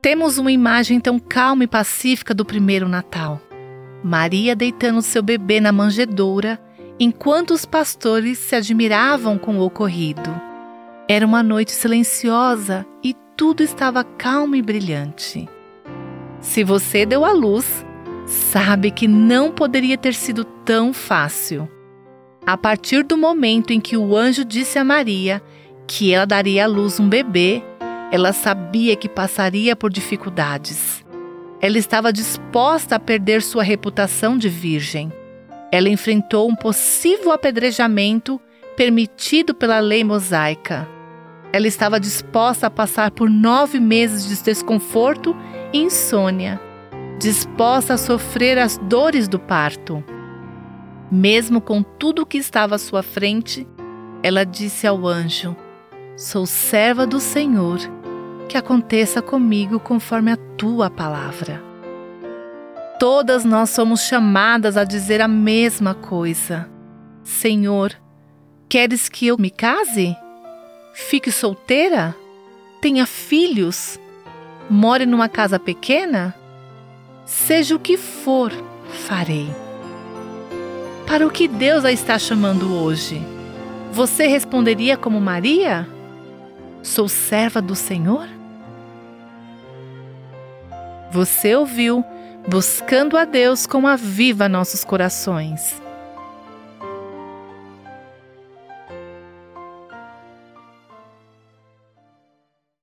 Temos uma imagem tão calma e pacífica do primeiro Natal. Maria deitando seu bebê na manjedoura, enquanto os pastores se admiravam com o ocorrido. Era uma noite silenciosa e tudo estava calmo e brilhante. Se você deu à luz, sabe que não poderia ter sido tão fácil. A partir do momento em que o anjo disse a Maria que ela daria à luz um bebê, ela sabia que passaria por dificuldades. Ela estava disposta a perder sua reputação de virgem. Ela enfrentou um possível apedrejamento permitido pela lei mosaica. Ela estava disposta a passar por 9 meses de desconforto e insônia, disposta a sofrer as dores do parto. Mesmo com tudo o que estava à sua frente, ela disse ao anjo: "Sou serva do Senhor, que aconteça comigo conforme a tua palavra." Todas nós somos chamadas a dizer a mesma coisa. Senhor, queres que eu me case? Fique solteira? Tenha filhos? More numa casa pequena? Seja o que for, farei. Para o que Deus a está chamando hoje? Você responderia como Maria? Sou serva do Senhor? Você ouviu Buscando a Deus com Aviva Nossos Corações.